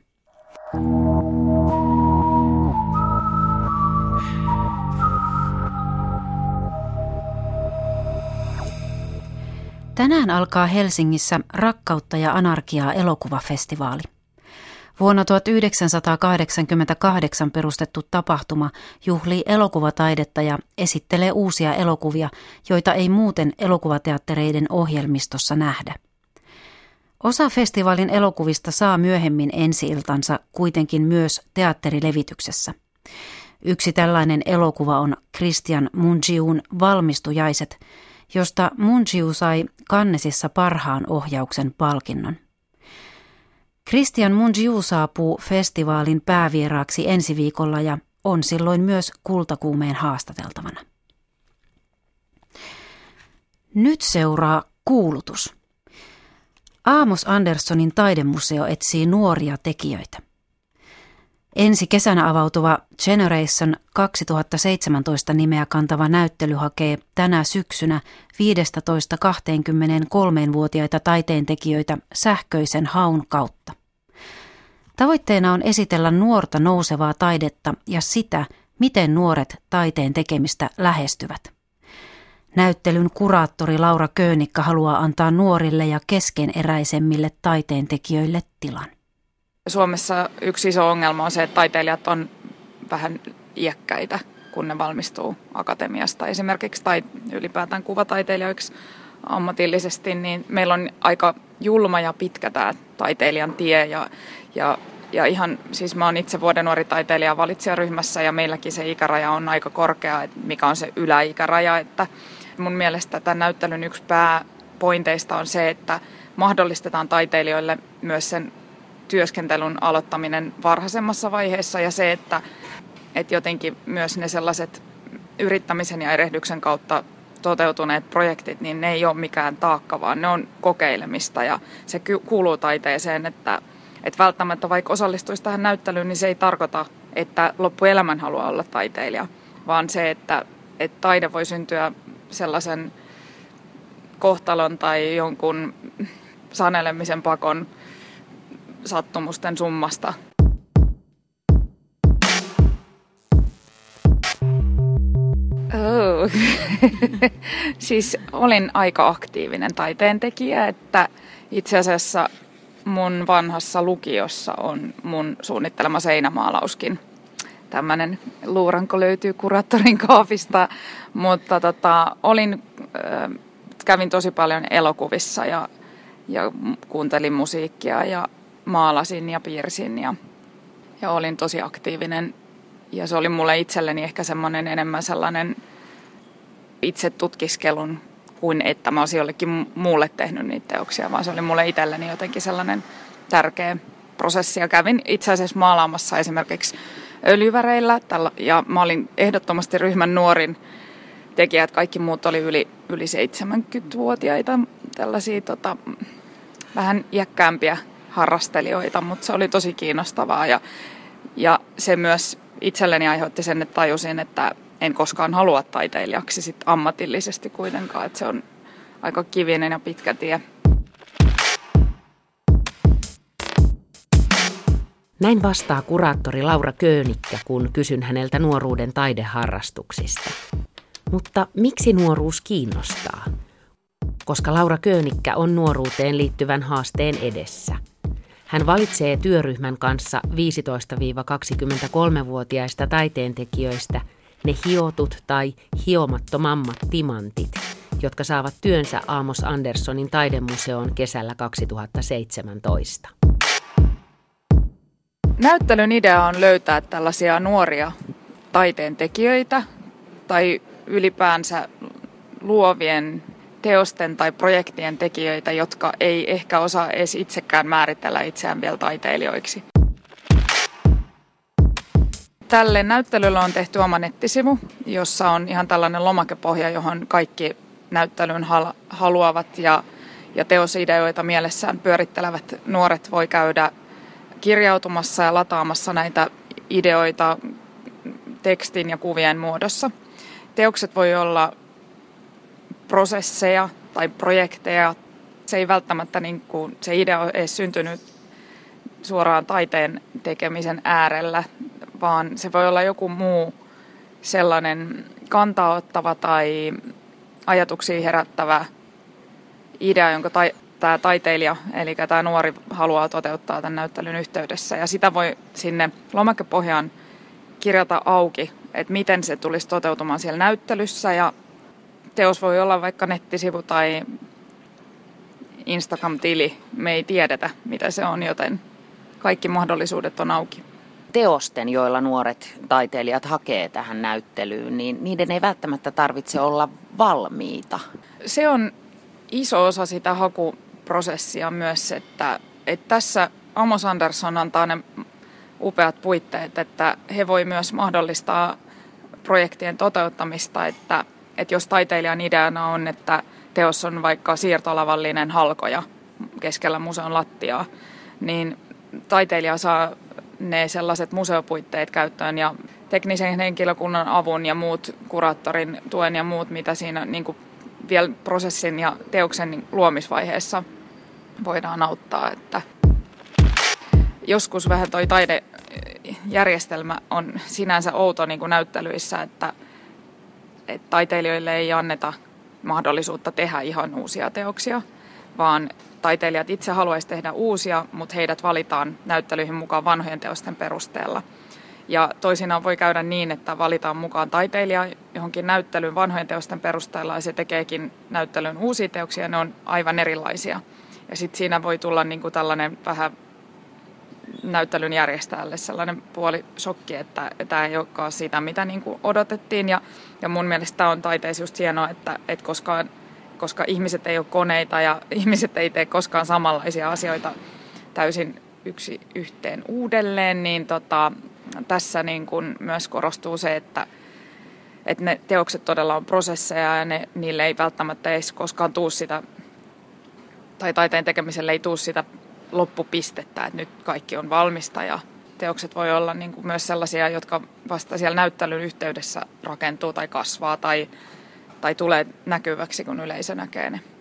Tänään alkaa Helsingissä Rakkautta ja anarkiaa -elokuvafestivaali. Vuonna tuhatyhdeksänsataakahdeksankymmentäkahdeksan perustettu tapahtuma juhlii elokuvataidetta ja esittelee uusia elokuvia, joita ei muuten elokuvateattereiden ohjelmistossa nähdä. Osa festivaalin elokuvista saa myöhemmin ensi-iltansa kuitenkin myös teatterilevityksessä. Yksi tällainen elokuva on Christian Mungiun Valmistujaiset, josta Mungiu sai Cannesissa parhaan ohjauksen palkinnon. Christian Mungiu saapuu festivaalin päävieraaksi ensi viikolla ja on silloin myös Kultakuumeen haastateltavana. Nyt seuraa kuulutus. Amos Anderssonin taidemuseo etsii nuoria tekijöitä. Ensi kesänä avautuva Generation kaksituhattaseitsemäntoista nimeä kantava näyttely hakee tänä syksynä viisitoista kaksikymmentäkolme-vuotiaita taiteentekijöitä sähköisen haun kautta. Tavoitteena on esitellä nuorta nousevaa taidetta ja sitä, miten nuoret taiteen tekemistä lähestyvät. Näyttelyn kuraattori Laura Köönikka haluaa antaa nuorille ja keskeneräisemmille taiteentekijöille tilan. Suomessa yksi iso ongelma on se, että taiteilijat on vähän iäkkäitä, kun ne valmistuu akatemiasta. Esimerkiksi tai ylipäätään kuvataiteilijoiksi ammatillisesti, niin meillä on aika julma ja pitkä tämä taiteilijan tie. Ja, ja, ja ihan, siis mä oon itse vuoden nuori taiteilija valitsijaryhmässä ja meilläkin se ikäraja on aika korkea, että mikä on se yläikäraja. Että mun mielestä tämän näyttelyn yksi pääpointeista on se, että mahdollistetaan taiteilijoille myös sen työskentelyn aloittaminen varhaisemmassa vaiheessa ja se, että, että jotenkin myös ne sellaiset yrittämisen ja erehdyksen kautta toteutuneet projektit, niin ne ei ole mikään taakka, vaan ne on kokeilemista ja se kuuluu taiteeseen, että, että välttämättä vaikka osallistuisi tähän näyttelyyn, niin se ei tarkoita, että loppuelämän haluaa olla taiteilija, vaan se, että, että taide voi syntyä sellaisen kohtalon tai jonkun sanelemisen pakon sattumusten summasta. Oh. Siis olin aika aktiivinen taiteentekijä, että itse asiassa mun vanhassa lukiossa on mun suunnittelema seinämaalauskin. Tämmöinen luuranko löytyy kuraattorin kaapista, mutta tota, olin, äh, kävin tosi paljon elokuvissa ja, ja kuuntelin musiikkia ja maalasin ja piirsin ja, ja olin tosi aktiivinen. Ja se oli mulle itselleni ehkä semmoinen enemmän sellainen itse tutkiskelun kuin että mä olisin jollekin muulle tehnyt niitä teoksia, vaan se oli mulle itselleni jotenkin sellainen tärkeä prosessi. Ja kävin itse asiassa maalaamassa esimerkiksi öljyväreillä ja mä olin ehdottomasti ryhmän nuorin tekijä, että kaikki muut oli yli, yli seitsemänkymmentävuotiaita, tällaisia tota, vähän iäkkäämpiä harrastelijoita, mutta se oli tosi kiinnostavaa ja, ja se myös itselleni aiheutti sen, että tajusin, että en koskaan halua taiteilijaksi sit ammatillisesti kuitenkaan, että se on aika kivinen ja pitkä tie. Näin vastaa kuraattori Laura Köönikkä, kun kysyn häneltä nuoruuden taideharrastuksista. Mutta miksi nuoruus kiinnostaa? Koska Laura Köönikkä on nuoruuteen liittyvän haasteen edessä. Hän valitsee työryhmän kanssa viisitoista–kaksikymmentäkolmevuotiaista taiteentekijöistä ne hiotut tai hiomattomammat timantit, jotka saavat työnsä Amos Anderssonin taidemuseoon kesällä kaksituhattaseitsemäntoista. Näyttelyn idea on löytää tällaisia nuoria taiteentekijöitä tai ylipäänsä luovien teosten tai projektien tekijöitä, jotka ei ehkä osaa edes itsekään määritellä itseään vielä taiteilijoiksi. Tälle näyttelylle on tehty oma nettisivu, jossa on ihan tällainen lomakepohja, johon kaikki näyttelyn haluavat ja, ja teosideoita mielessään pyörittelevät nuoret voi käydä kirjautumassa ja lataamassa näitä ideoita tekstin ja kuvien muodossa. Teokset voi olla prosesseja tai projekteja. Se ei välttämättä niin kuin, se idea ole edes syntynyt suoraan taiteen tekemisen äärellä, vaan se voi olla joku muu sellainen kantaa-ottava tai ajatuksia herättävä idea, jonka ta- tämä taiteilija, eli tämä nuori haluaa toteuttaa tämän näyttelyn yhteydessä. Ja sitä voi sinne lomakepohjaan kirjata auki, että miten se tulisi toteutumaan siellä näyttelyssä. Ja teos voi olla vaikka nettisivu tai Instagram-tili. Me ei tiedetä, mitä se on, joten kaikki mahdollisuudet on auki. Teosten, joilla nuoret taiteilijat hakee tähän näyttelyyn, niin niiden ei välttämättä tarvitse olla valmiita. Se on iso osa sitä hakuprosessia myös, että, että tässä Amos Andersson antaa ne upeat puitteet, että he voi myös mahdollistaa projektien toteuttamista, että, että jos taiteilijan ideana on, että teos on vaikka siirtolavallinen halkoja keskellä museon lattiaa, niin taiteilija saa ne sellaiset museopuitteet käyttöön ja teknisen henkilökunnan avun ja muut kuraattorin tuen ja muut, mitä siinä niin kuin vielä prosessin ja teoksen luomisvaiheessa voidaan auttaa. Että joskus vähän toi taidejärjestelmä on sinänsä outo niin kuin näyttelyissä, että, että taiteilijoille ei anneta mahdollisuutta tehdä ihan uusia teoksia, vaan taiteilijat itse haluaisi tehdä uusia, mutta heidät valitaan näyttelyihin mukaan vanhojen teosten perusteella. Ja toisinaan voi käydä niin, että valitaan mukaan taiteilija johonkin näyttelyyn vanhojen teosten perusteella ja se tekeekin näyttelyn uusia teoksia, ne on aivan erilaisia. Ja sitten siinä voi tulla niinku tällainen vähän näyttelyn järjestäjälle sellainen puoli shokki, että tämä ei olekaan sitä, mitä niinku odotettiin. Ja, ja mun mielestä on taiteessa just hienoa, että, että koskaan, koska ihmiset ei ole koneita ja ihmiset ei tee koskaan samanlaisia asioita täysin yksi yhteen uudelleen, niin tota, tässä niin kuin myös korostuu se, että, että ne teokset todella on prosesseja ja ne, niille ei välttämättä edes koskaan tuu sitä, tai taiteen tekemiselle ei tuu sitä loppupistettä, että nyt kaikki on valmista ja teokset voi olla niin kuin myös sellaisia, jotka vasta siellä näyttelyn yhteydessä rakentuu tai kasvaa tai, tai tulee näkyväksi, kun yleisö näkee ne.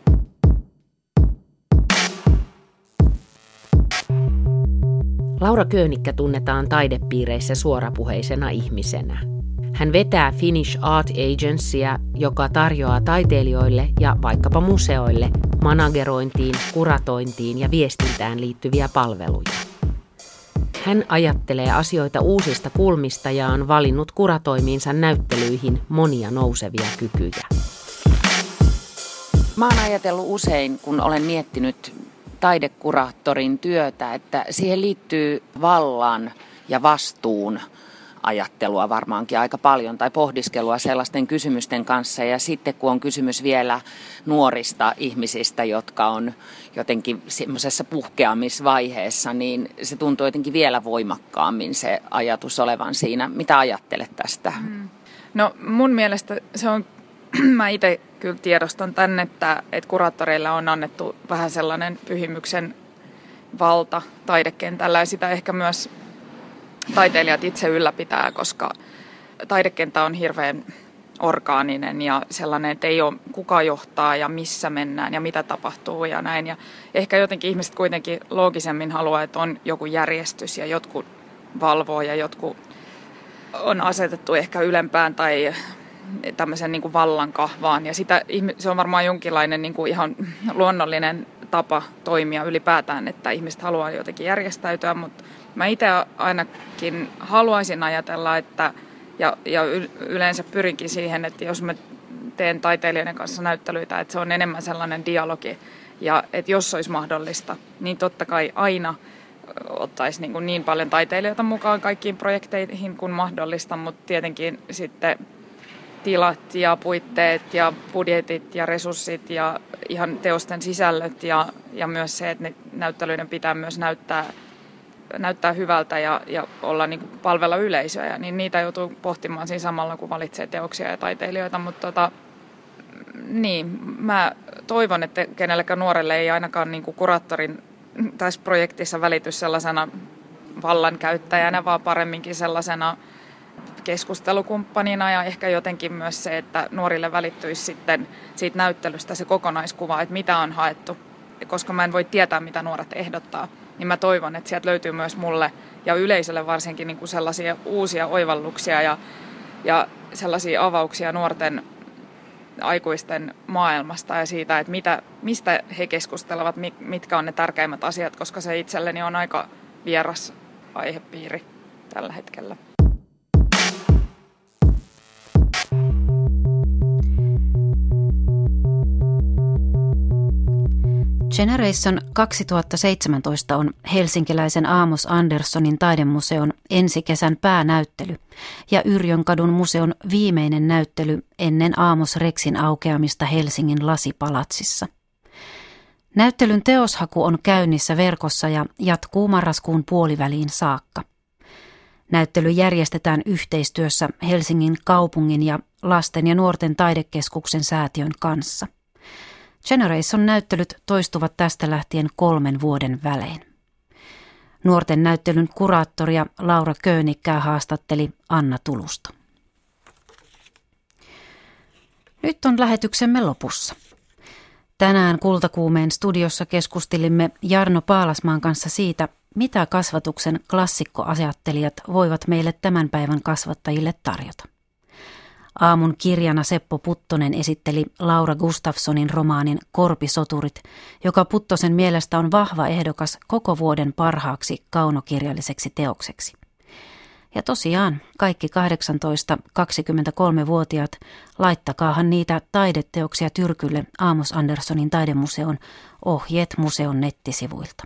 Laura Köönikkä tunnetaan taidepiireissä suorapuheisena ihmisenä. Hän vetää Finnish Art Agencya, joka tarjoaa taiteilijoille ja vaikkapa museoille managerointiin, kuratointiin ja viestintään liittyviä palveluja. Hän ajattelee asioita uusista kulmista ja on valinnut kuratoimiinsa näyttelyihin monia nousevia kykyjä. Mä oon ajatellut usein, kun olen miettinyt taidekuraattorin työtä, että siihen liittyy vallan ja vastuun ajattelua varmaankin aika paljon tai pohdiskelua sellaisten kysymysten kanssa. Ja sitten kun on kysymys vielä nuorista ihmisistä, jotka on jotenkin semmoisessa puhkeamisvaiheessa, niin se tuntuu jotenkin vielä voimakkaammin se ajatus olevan siinä. Mitä ajattelet tästä? No mun mielestä se on, mä itse kyllä tiedostan tämän, että, että kuraattoreilla on annettu vähän sellainen pyhimyksen valta taidekentällä ja sitä ehkä myös taiteilijat itse ylläpitää, koska taidekenttä on hirveän orgaaninen ja sellainen, että ei ole kuka johtaa ja missä mennään ja mitä tapahtuu ja näin. Ja ehkä jotenkin ihmiset kuitenkin loogisemmin haluaa, että on joku järjestys ja jotkut valvoo ja jotkut on asetettu ehkä ylempään tai tämmöisen niin kuin vallan kahvaan. Ja sitä, se on varmaan jonkinlainen niin kuin ihan luonnollinen tapa toimia ylipäätään, että ihmiset haluaa jotenkin järjestäytyä, mutta mä itse ainakin haluaisin ajatella, että ja, ja yleensä pyrinkin siihen, että jos mä teen taiteilijoiden kanssa näyttelyitä, että se on enemmän sellainen dialogi ja että jos olisi mahdollista, niin totta kai aina ottaisi niin, niin paljon taiteilijoita mukaan kaikkiin projekteihin kuin mahdollista, mutta tietenkin sitten tilat ja puitteet ja budjetit ja resurssit ja ihan teosten sisällöt ja, ja myös se, että ne näyttelyiden pitää myös näyttää, näyttää hyvältä ja, ja olla niin kuin palvella yleisöä, niin niitä joutuu pohtimaan siinä samalla, kun valitsee teoksia ja taiteilijoita, mutta tota, niin, mä toivon, että kenellekään nuorelle ei ainakaan niin kuin kuraattorin tässä projektissa välity sellaisena vallankäyttäjänä, vaan paremminkin sellaisena keskustelukumppanina ja ehkä jotenkin myös se, että nuorille välittyisi sitten siitä näyttelystä se kokonaiskuva, että mitä on haettu. Koska mä en voi tietää, mitä nuoret ehdottaa, niin mä toivon, että sieltä löytyy myös mulle ja yleisölle varsinkin niin kuin sellaisia uusia oivalluksia ja, ja sellaisia avauksia nuorten aikuisten maailmasta ja siitä, että mitä, mistä he keskustelevat, mitkä on ne tärkeimmät asiat, koska se itselleni on aika vieras aihepiiri tällä hetkellä. Generation kaksituhattaseitsemäntoista on helsinkiläisen Amos Anderssonin taidemuseon ensi kesän päänäyttely ja Yrjönkadun museon viimeinen näyttely ennen Amos Rexin aukeamista Helsingin Lasipalatsissa. Näyttelyn teoshaku on käynnissä verkossa ja jatkuu marraskuun puoliväliin saakka. Näyttely järjestetään yhteistyössä Helsingin kaupungin ja Lasten ja nuorten taidekeskuksen säätiön kanssa. Generation-näyttelyt toistuvat tästä lähtien kolmen vuoden välein. Nuorten näyttelyn kuraattoria Laura Köönikkää haastatteli Anna Tulusto. Nyt on lähetyksemme lopussa. Tänään Kultakuumeen studiossa keskustelimme Jarno Paalasmaan kanssa siitä, mitä kasvatuksen klassikkoajattelijat voivat meille tämän päivän kasvattajille tarjota. Aamun kirjana Seppo Puttonen esitteli Laura Gustafssonin romaanin Korpisoturit, joka Puttosen mielestä on vahva ehdokas koko vuoden parhaaksi kaunokirjalliseksi teokseksi. Ja tosiaan, kaikki kahdeksantoista-kaksikymmentäkolme-vuotiaat, laittakaahan niitä taideteoksia tyrkylle Amos Anderssonin taidemuseon ohjeet museon nettisivuilta.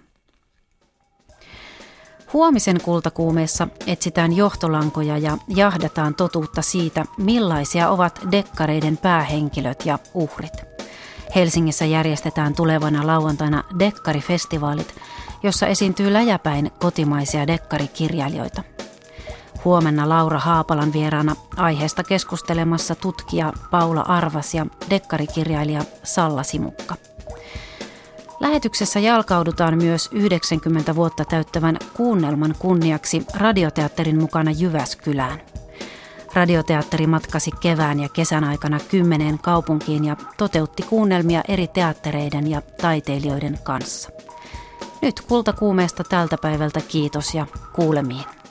Huomisen Kultakuumeessa etsitään johtolankoja ja jahdataan totuutta siitä, millaisia ovat dekkareiden päähenkilöt ja uhrit. Helsingissä järjestetään tulevana lauantaina dekkarifestivaalit, jossa esiintyy läjäpäin kotimaisia dekkarikirjailijoita. Huomenna Laura Haapalan vieraana aiheesta keskustelemassa tutkija Paula Arvas ja dekkarikirjailija Salla Simukka. Lähetyksessä jalkaudutaan myös yhdeksänkymmentä vuotta täyttävän kuunnelman kunniaksi Radioteatterin mukana Jyväskylään. Radioteatteri matkasi kevään ja kesän aikana kymmeneen kaupunkiin ja toteutti kuunnelmia eri teattereiden ja taiteilijoiden kanssa. Nyt Kultakuumeesta tältä päivältä kiitos ja kuulemiin.